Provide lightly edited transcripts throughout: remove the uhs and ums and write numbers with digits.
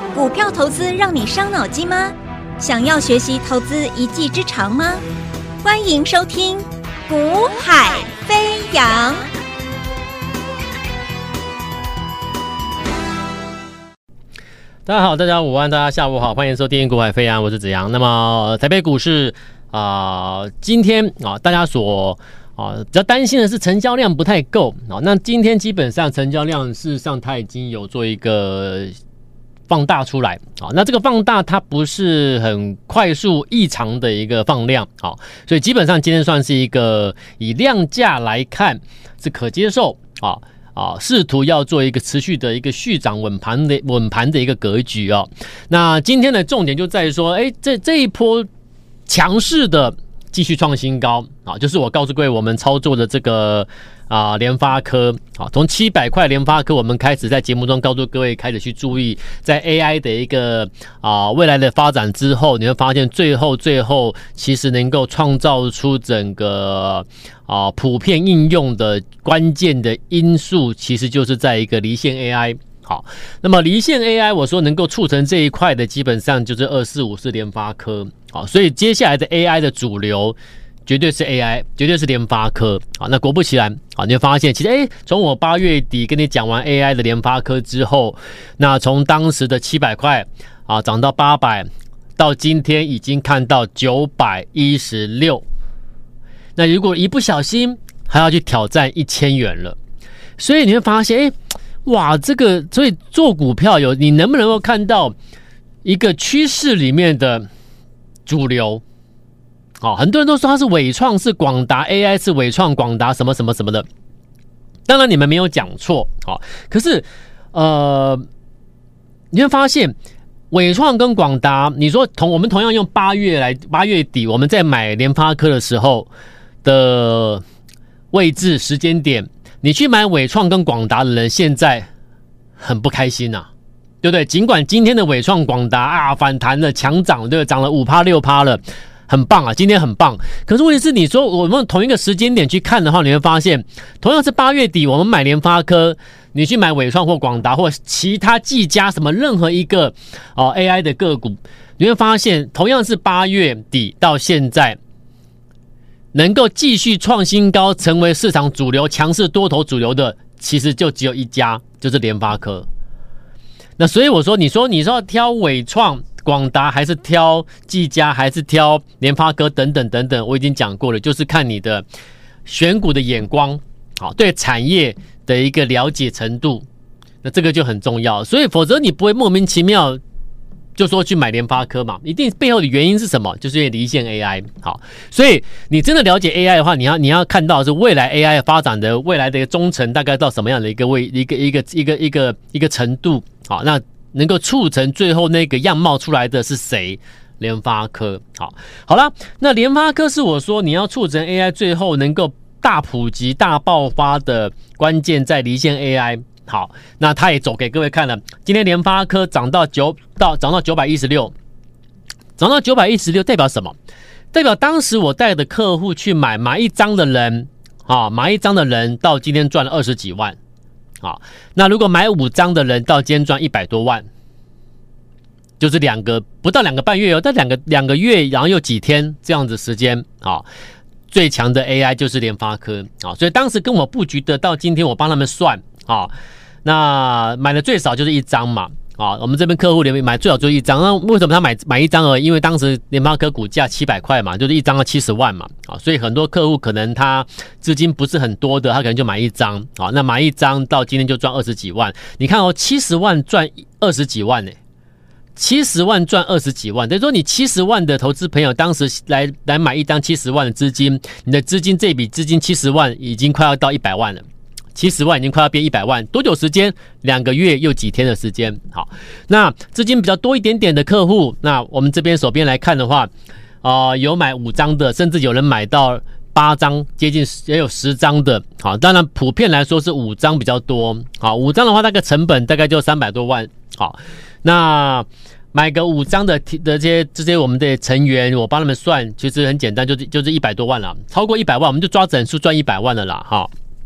股票投资让你伤脑筋吗？想要学习投资一技之长吗？欢迎收听《股海飞扬》。 大家好，大家午安，大家下午好，欢迎收听《股海飞扬》，我是子阳。那么台北股市今天大家所比较担心的是成交量不太够那今天基本上成交量事实上它已经有做一个放大出来那这个放大它不是很快速异常的一个放量所以基本上今天算是一个以量价来看是可接受试图要做一个持续的一个续涨稳盘的一个格局那今天的重点就在于说这一波强势的继续创新高就是我告诉各位我们操作的这个联发科从700块联发科我们开始在节目中告诉各位开始去注意在 AI 的一个未来的发展之后，你会发现最后其实能够创造出整个普遍应用的关键的因素其实就是在一个离线 AI。好，那么离线 AI 我说能够促成这一块的基本上就是2454联发科所以接下来的 AI 的主流绝对是 AI， 绝对是联发科那果不其然你会发现其实从我8月底跟你讲完 AI 的联发科之后，那从当时的700块涨到800，到今天已经看到916，那如果一不小心还要去挑战1000元了，所以你会发现哇，这个所以做股票你能不能够看到一个趋势里面的主流很多人都说它是伟创是广达 AI 是伟创广达什么什么什么的，当然你们没有讲错可是你会发现伟创跟广达，你说我们同样用8月底我们在买联发科的时候的位置时间点，你去买伟创跟广达的人现在很不开心对不对？尽管今天的伟创广达反弹了强涨，对不对？涨了 5%6% 了，很棒今天很棒。可是问题是你说我们同一个时间点去看的话，你会发现同样是8月底我们买联发科，你去买伟创或广达或其他技嘉什么任何一个AI 的个股，你会发现同样是8月底到现在能够继续创新高成为市场主流强势多头主流的其实就只有一家，就是联发科。那所以我说你说要挑伟创广达还是挑技嘉还是挑联发科等等等等，我已经讲过了，就是看你的选股的眼光对产业的一个了解程度，那这个就很重要。所以否则你不会莫名其妙就说去买联发科嘛，一定背后的原因是什么？就是因为离线 AI。好，所以你真的了解 AI 的话，你要看到的是未来 AI 发展的未来的一个中程大概到什么样的一个程度。好，那能够促成最后那个样貌出来的是谁？联发科。好了，那联发科是我说你要促成 AI 最后能够大普及大爆发的关键在离线 AI。好，那他也走给各位看了。今天联发科涨到916，涨到916代表什么？代表当时我带的客户去买一张的人买一张的人到今天赚了20几万。那如果买5张的人到今天赚100多万，就是不到2个半月但两个月然后又几天这样子时间最强的 AI 就是联发科所以当时跟我布局的到今天我帮他们算那买的最少就是1张嘛我们这边客户里面买最少就是1张。那为什么他买1张而已？因为当时联发科股价700块嘛，就是1张要70万嘛所以很多客户可能他资金不是很多的，他可能就买1张那买1张到今天就赚20几万。你看70万赚20几万70万赚20几万，等于说你70万的投资朋友当时来买1张70万的资金，你的资金这笔资金70万已经快要到100万了，70万已经快要变100万，多久时间？2个月又几天的时间。好，那资金比较多一点点的客户，那我们这边手边来看的话有买5张的，甚至有人买到8张，接近也有10张的。好，当然普遍来说是5张比较多。好，5张的话大概成本大概就300多万。好，那买个5张的这些我们的成员，我帮他们算，其实很简单，就是100多万了，超过100万我们就抓整数赚100万了啦。好，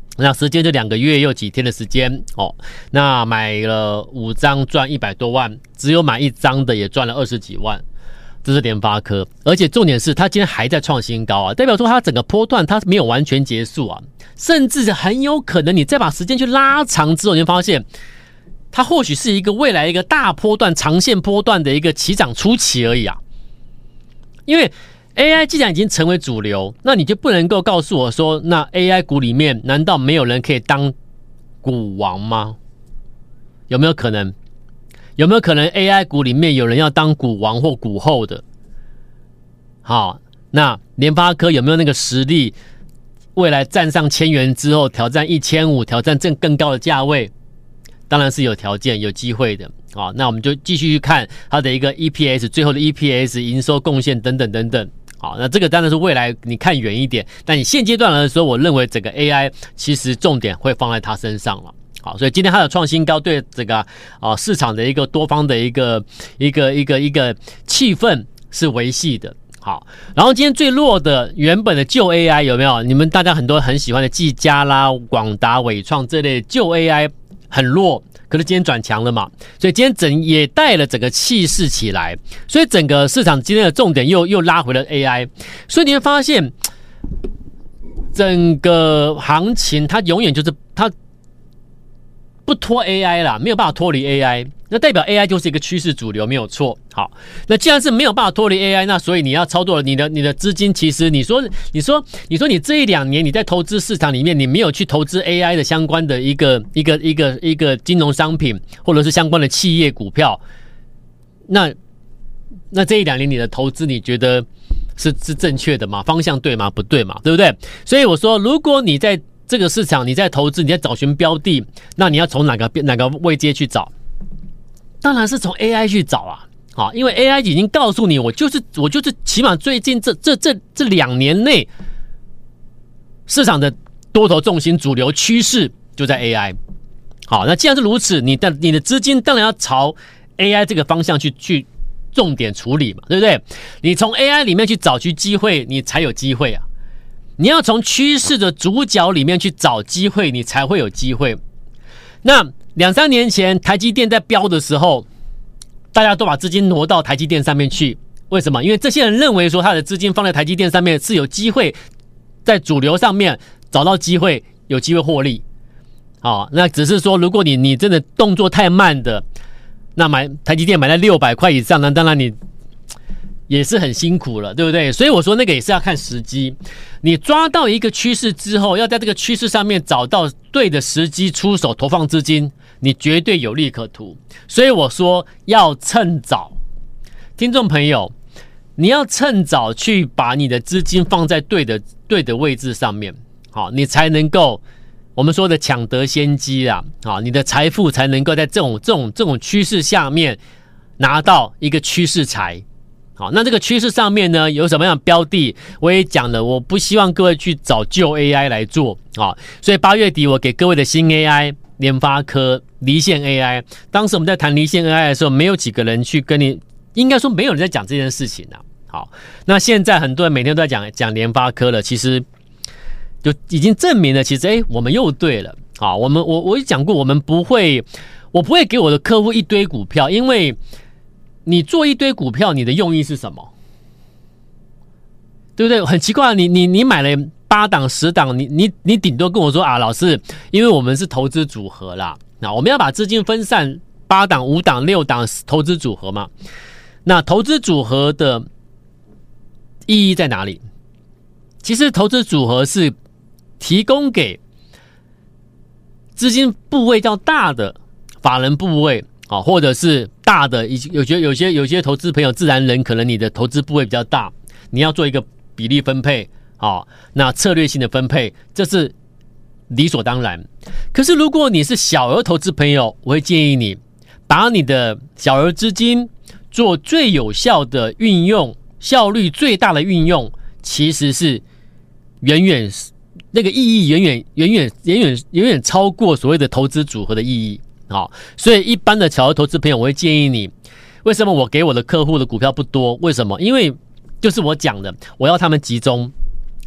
那时间就2个月又几天的时间哦。那买了5张赚100多万，只有买1张的也赚了20几万。这是联发科，而且重点是它今天还在创新高啊，代表说它整个波段它没有完全结束啊，甚至很有可能你再把时间去拉长之后，你会发现它或许是一个未来一个大波段、长线波段的一个起涨初期而已啊。因为 AI 既然已经成为主流，那你就不能够告诉我说，那 AI 股里面难道没有人可以当股王吗？有没有可能？有没有可能 AI 股里面有人要当股王或股后的？好，那联发科有没有那个实力，未来站上1000元之后挑战1500，挑战更高的价位？当然是有条件、有机会的。好，那我们就继续去看它的一个 EPS， 最后的 EPS、营收贡献等等等等。好，那这个当然是未来你看远一点，但你现阶段来说，我认为整个 AI 其实重点会放在它身上了。好，所以今天它的创新高，对这个市场的一个多方的一个气氛是维系的。好，然后今天最弱的原本的旧 AI 有没有？你们大家很多很喜欢的技嘉啦、广达、伟创这类旧 AI 很弱，可是今天转强了嘛，所以今天也带了整个气势起来，所以整个市场今天的重点又拉回了 AI， 所以你会发现整个行情它永远就是它不脱 AI 啦，没有办法脱离 AI， 那代表 AI 就是一个趋势主流，没有错。好，那既然是没有办法脱离 AI， 那所以你要操作你的资金，其实你说你这1-2年你在投资市场里面，你没有去投资 AI 的相关的一个金融商品或者是相关的企业股票，那这1-2年你的投资，你觉得是正确的吗？方向对吗？不对嘛，对不对？所以我说，如果你在这个市场你在投资，你在找寻标的，那你要从哪个位阶去找？当然是从 AI 去找啊！好，因为 AI 已经告诉你，我就是起码最近这2年内市场的多头重心主流趋势就在 AI。好，那既然是如此，你的资金当然要朝 AI 这个方向去重点处理嘛，对不对？你从 AI 里面去找去机会，你才有机会啊！你要从趋势的主角里面去找机会，你才会有机会。那2-3年前台积电在飙的时候，大家都把资金挪到台积电上面去，为什么？因为这些人认为说他的资金放在台积电上面是有机会在主流上面找到机会，有机会获利。好，那只是说如果你真的动作太慢的，那买台积电买在600块以上，那当然你也是很辛苦了，对不对？所以我说那个也是要看时机，你抓到一个趋势之后，要在这个趋势上面找到对的时机出手投放资金，你绝对有利可图。所以我说要趁早，听众朋友，你要趁早去把你的资金放在对的位置上面，好，你才能够我们说的抢得先机啦，好，你的财富才能够在这种趋势下面拿到一个趋势财。好，那这个趋势上面呢，有什么样的标的？我也讲了，我不希望各位去找旧 AI 来做啊。所以8月底我给各位的新 AI， 联发科、离线 AI， 当时我们在谈离线 AI 的时候，没有几个人去跟你，应该说没有人在讲这件事情啊。好，那现在很多人每天都在讲联发科了，其实就已经证明了，其实我们又对了。好，我也讲过，我不会给我的客户一堆股票，因为你做一堆股票，你的用意是什么？对不对？很奇怪，你买了8档10档，你顶多跟我说啊，老师，因为我们是投资组合啦，那我们要把资金分散8档、5档、6档投资组合嘛。那投资组合的意义在哪里？其实投资组合是提供给资金部位较大的法人部位，或者是大的，有些投资朋友自然人，可能你的投资部位比较大，你要做一个比例分配，那策略性的分配，这是理所当然。可是如果你是小额投资朋友，我会建议你把你的小额资金做最有效的运用，效率最大的运用，其实是那个意义远远超过所谓的投资组合的意义。好，所以一般的小额投资朋友，我会建议你，为什么我给我的客户的股票不多？为什么？因为就是我讲的，我要他们集中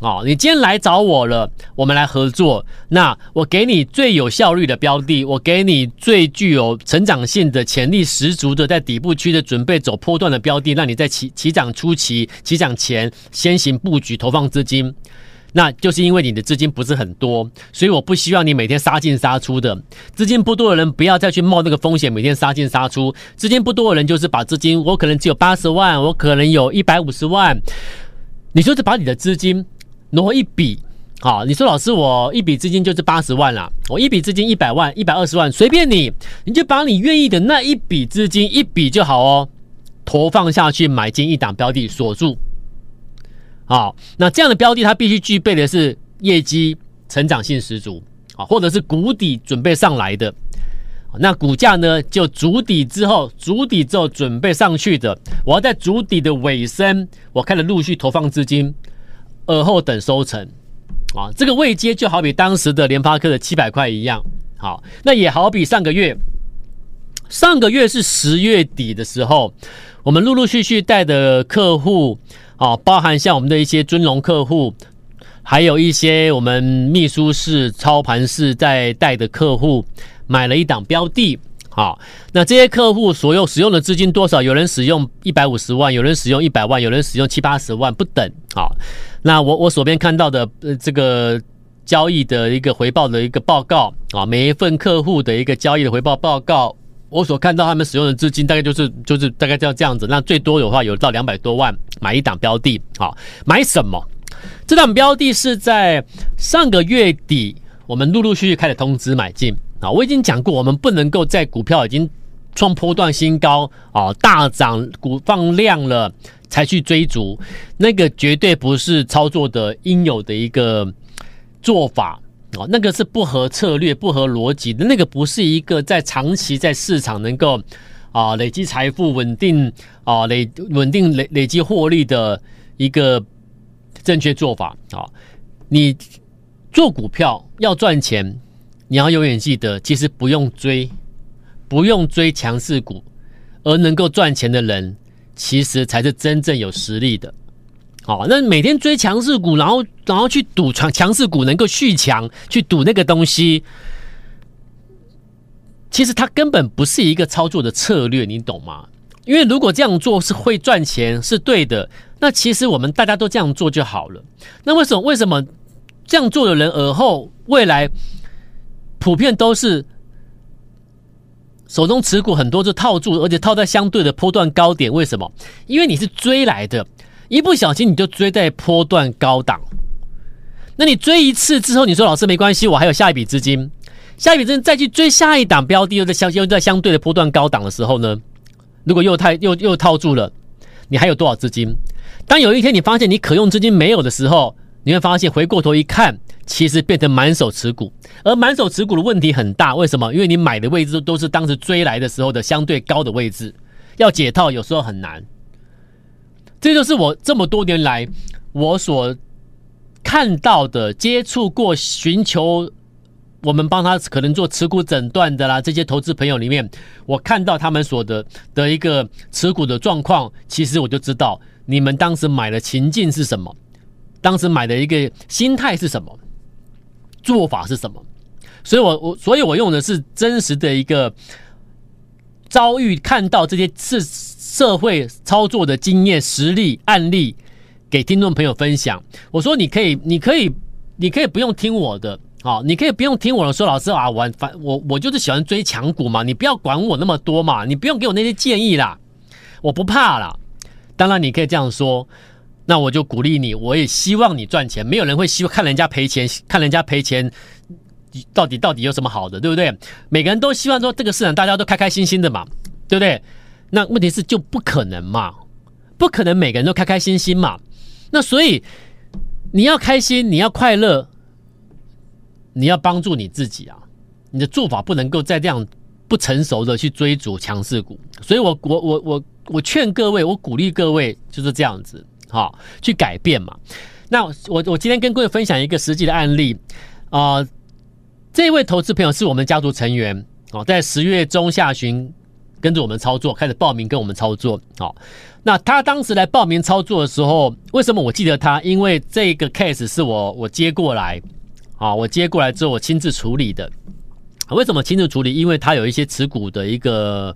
你今天来找我了，我们来合作。那我给你最有效率的标的，我给你最具有成长性的潜力十足的，在底部区的准备走波段的标的，让你在起涨初期、起涨前先行布局投放资金。那就是因为你的资金不是很多，所以我不希望你每天杀进杀出的。资金不多的人不要再去冒那个风险，每天杀进杀出。资金不多的人就是把资金，我可能只有80万，我可能有150万，你就是把你的资金挪一笔。好，你说老师，我一笔资金就是80万啦，我一笔资金100万、120万，随便你，你就把你愿意的那一笔资金一笔就好哦，投放下去，买进一档标的，锁住。好，那这样的标的它必须具备的是业绩成长性十足，或者是谷底准备上来的。那股价呢就筑底之后准备上去的，我要在筑底的尾声，我开始陆续投放资金，而后等收成。这个位阶就好比当时的联发科的700块一样。好，那也好比上个月是10月底的时候，我们陆陆续续带的客户，包含像我们的一些尊荣客户，还有一些我们秘书室、操盘室在带的客户，买了一档标的。好，那这些客户所使用的资金多少？有人使用150万，有人使用100万，有人使用70-80万不等。好，那我手边看到的这个交易的一个回报的一个报告，每一份客户的一个交易的回报报告，我所看到他们使用的资金大概就是大概这样子。那最多的话有到200多万买一档标的。好，买什么？这档标的是在上个月底我们陆陆续续开始通知买进。我已经讲过，我们不能够在股票已经创波段新高，大涨股放量了才去追逐，那个绝对不是操作的应有的一个做法。那个是不合策略、不合逻辑的，那个不是一个在长期在市场能够累积财富、稳定累积获利的一个正确做法。你做股票要赚钱，你要永远记得，其实不用追强势股，而能够赚钱的人，其实才是真正有实力的。好，那每天追强势股，然后去赌强势股能够续强，去赌那个东西，其实它根本不是一个操作的策略，你懂吗？因为如果这样做是会赚钱，是对的，那其实我们大家都这样做就好了。那为什么这样做的人而后未来普遍都是手中持股很多就套住，而且套在相对的波段高点？为什么？因为你是追来的，一不小心你就追在波段高档。那你追一次之后，你说老师没关系，我还有下一笔资金，再去追下一档标的，又在相对的波段高档的时候呢，如果又套住了，你还有多少资金？当有一天你发现你可用资金没有的时候，你会发现回过头一看，其实变成满手持股，而满手持股的问题很大。为什么？因为你买的位置都是当时追来的时候的相对高的位置，要解套有时候很难。这就是我这么多年来我所看到的、接触过、寻求我们帮他可能做持股诊断的啦，这些投资朋友里面，我看到他们所的一个持股的状况，其实我就知道你们当时买的情境是什么，当时买的一个心态是什么，做法是什么。所以我用的是真实的一个遭遇，看到这些社会操作的经验、实例、案例给听众朋友分享。我说你可以不用听我的，你可以不用听我的说，老师啊，我就是喜欢追强股嘛，你不要管我那么多嘛，你不用给我那些建议啦，我不怕啦。当然你可以这样说，那我就鼓励你，我也希望你赚钱。没有人会希望看人家赔钱，到底有什么好的，对不对？每个人都希望说这个市场大家都开开心心的嘛，对不对？那问题是就不可能嘛，不可能每个人都开开心心嘛。那所以你要开心，你要快乐，你要帮助你自己啊。你的做法不能够再这样不成熟的去追逐强势股。所以我劝各位，我鼓励各位就是这样子，去改变嘛。那我今天跟各位分享一个实际的案例这位投资朋友是我们家族成员在10月中下旬跟着我们操作，开始报名跟我们操作。好，那他当时来报名操作的时候，为什么我记得他？因为这个 case 是我接过来，我接过来之后我亲自处理的。为什么亲自处理？因为他有一些持股的一个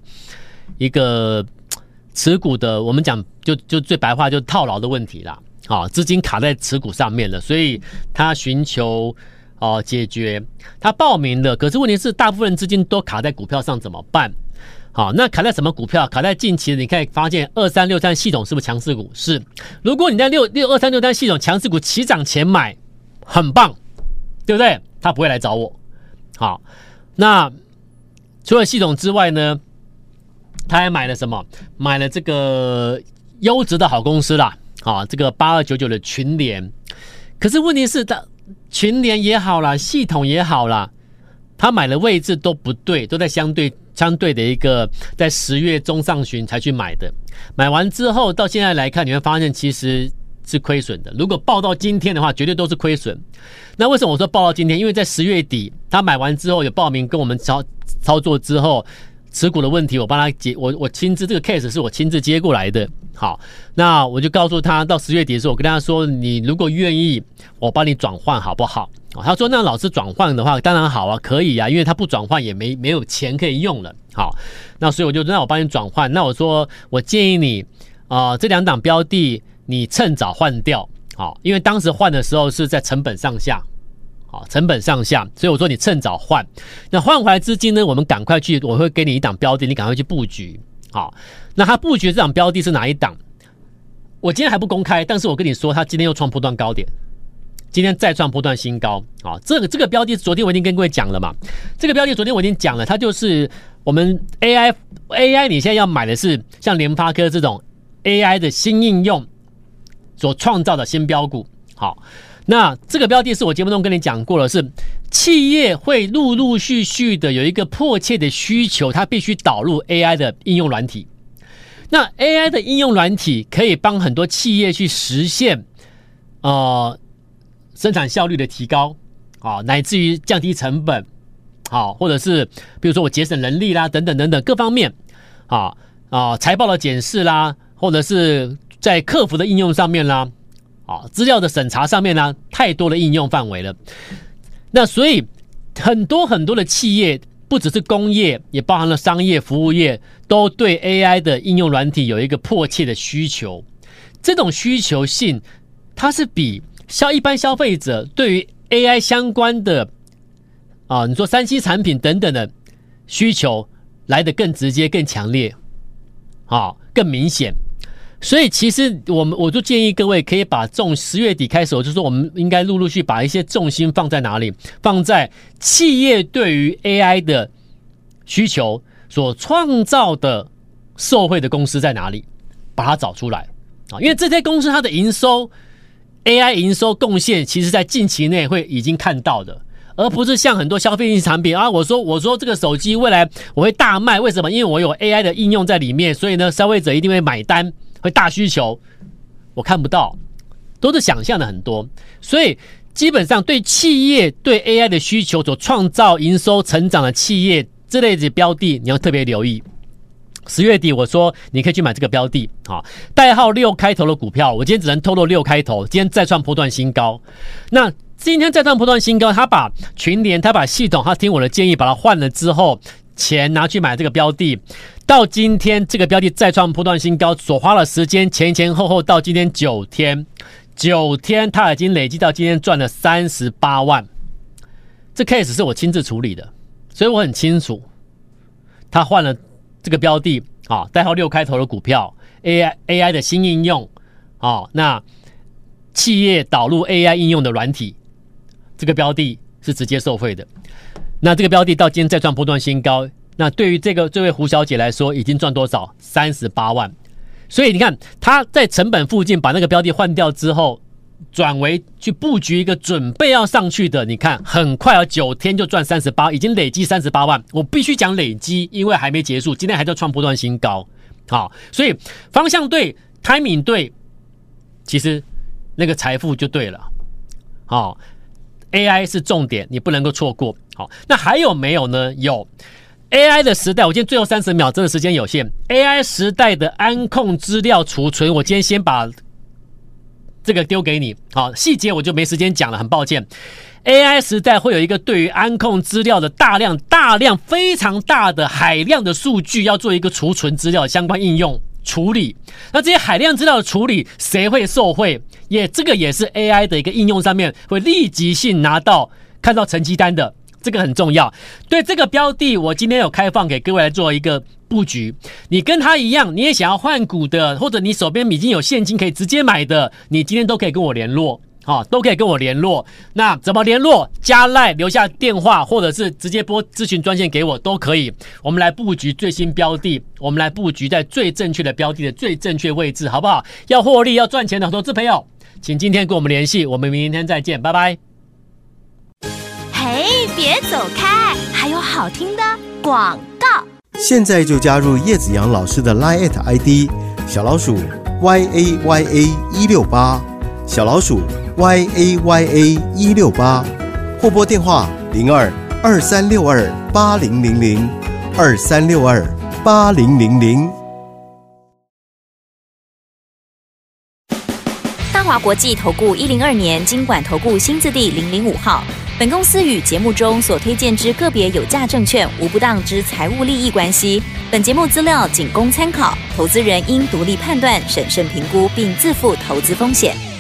持股的，我们讲就最白话就是套牢的问题啦。资金卡在持股上面了，所以他寻求解决。他报名了，可是问题是大部分资金都卡在股票上，怎么办？好，那卡在什么股票？卡在近期的，你可以发现2363系统是不是强势股？是。如果你在2363系统强势股起涨前买，很棒，对不对？他不会来找我。好，那除了系统之外呢，他还买了什么？买了这个优质的好公司啦。这个8299的群联。可是问题是，群联也好啦，系统也好啦，他买的位置都不对，都在相对的一个在10月中上旬才去买的，买完之后到现在来看，你会发现其实是亏损的。如果报到今天的话，绝对都是亏损。那为什么我说报到今天？因为在10月底他买完之后有报名跟我们操作之后，持股的问题我帮他解，我亲自这个 case 是我亲自接过来的。好，那我就告诉他，到10月底的时候，我跟他说，你如果愿意，我帮你转换好不好？他说那老师转换的话当然好啊，可以啊，因为他不转换也没有钱可以用了。好，那所以我就让我帮你转换。那我说我建议你这2档标的你趁早换掉。好，因为当时换的时候是在成本上下。好，成本上下，所以我说你趁早换。那换回来资金呢，我们赶快去，我会给你一档标的，你赶快去布局。好，那他布局这档标的是哪一档？我今天还不公开，但是我跟你说，他今天又创波段高点，今天再创波段新高。好，这个标的昨天我已经跟各位讲了嘛，这个标的昨天我已经讲了，它就是我们 AI 你现在要买的是像联发科这种 AI 的新应用所创造的新标股。好，那这个标的是我节目中跟你讲过了，是企业会陆续的有一个迫切的需求，它必须导入 AI 的应用软体。那 AI 的应用软体可以帮很多企业去实现生产效率的提高，乃至于降低成本，或者是比如说我节省人力啦，等等各方面，财报的检视啦，或者是在客服的应用上面啦，资料的审查上面啦，太多的应用范围了。那所以很多的企业，不只是工业，也包含了商业服务业，都对 AI 的应用软体有一个迫切的需求。这种需求性，它是比一般消费者对于 AI 相关的你说3C 产品等等的需求来得更直接、更强烈，更明显。所以其实我就建议各位可以把10月底开始，我就说我们应该陆续把一些重心放在哪里？放在企业对于 AI 的需求所创造的受惠的公司在哪里，把它找出来。因为这些公司它的营收 AI 营收贡献，其实在近期内会已经看到的，而不是像很多消费性产品我说这个手机未来我会大卖，为什么？因为我有 AI 的应用在里面，所以呢消费者一定会买单，会大需求。我看不到，都是想象的很多。所以基本上对企业对 AI 的需求所创造营收成长的企业，这类的标的你要特别留意。10月底我说你可以去买这个标的，代号6开头的股票，我今天只能透露6开头，今天再创波段新高。那今天再创波段新高，他把群联，他把系统，他听我的建议把它换了之后，钱拿去买这个标的，到今天这个标的再创波段新高，所花的时间前后到今天9天，他已经累积到今天赚了38万。这 case 是我亲自处理的，所以我很清楚他换了这个标的代号6开头的股票 AI 的新应用那企业导入 AI 应用的软体，这个标的是直接受惠的。那这个标的到今天再创波段新高，那对于这位胡小姐来说已经赚多少？38万。所以你看她在成本附近把那个标的换掉之后，转为去布局一个准备要上去的，你看很快9天就赚38，已经累积38万。我必须讲累积，因为还没结束，今天还在创波段新高。所以方向对， timing 对，其实那个财富就对了。AI 是重点，你不能够错过。那还有没有呢？有 AI 的时代，我今天最后30秒，真的时间有限。AI 时代的安控资料储存，我今天先把这个丢给你。好，细节我就没时间讲了，很抱歉。AI 时代会有一个对于安控资料的大量非常大的海量的数据，要做一个储存资料相关应用处理。那这些海量资料的处理，谁会受惠？这个也是 AI 的一个应用上面会立即性看到成绩单的。这个很重要。对这个标的，我今天有开放给各位来做一个布局。你跟他一样，你也想要换股的，或者你手边已经有现金可以直接买的，你今天都可以跟我联络。都可以跟我联络。那怎么联络？加 LINE 留下电话，或者是直接拨咨询专线给我都可以。我们来布局最新标的，我们来布局在最正确的标的的最正确位置，好不好？要获利要赚钱的投资朋友，请今天跟我们联系，我们明天再见，拜拜。 嘿，别走开，还有好听的广告。 现在就加入叶子阳老师的 LINE ID 小老鼠 YAYA168， 小老鼠YAYA168，或拨电话02-2362-8000 2362-8000。 大华国际投顾102年金管投顾新字第005号。本公司与节目中所推荐之个别有价证券无不当之财务利益关系。本节目资料仅供参考，投资人应独立判断、审慎评估，并自负投资风险。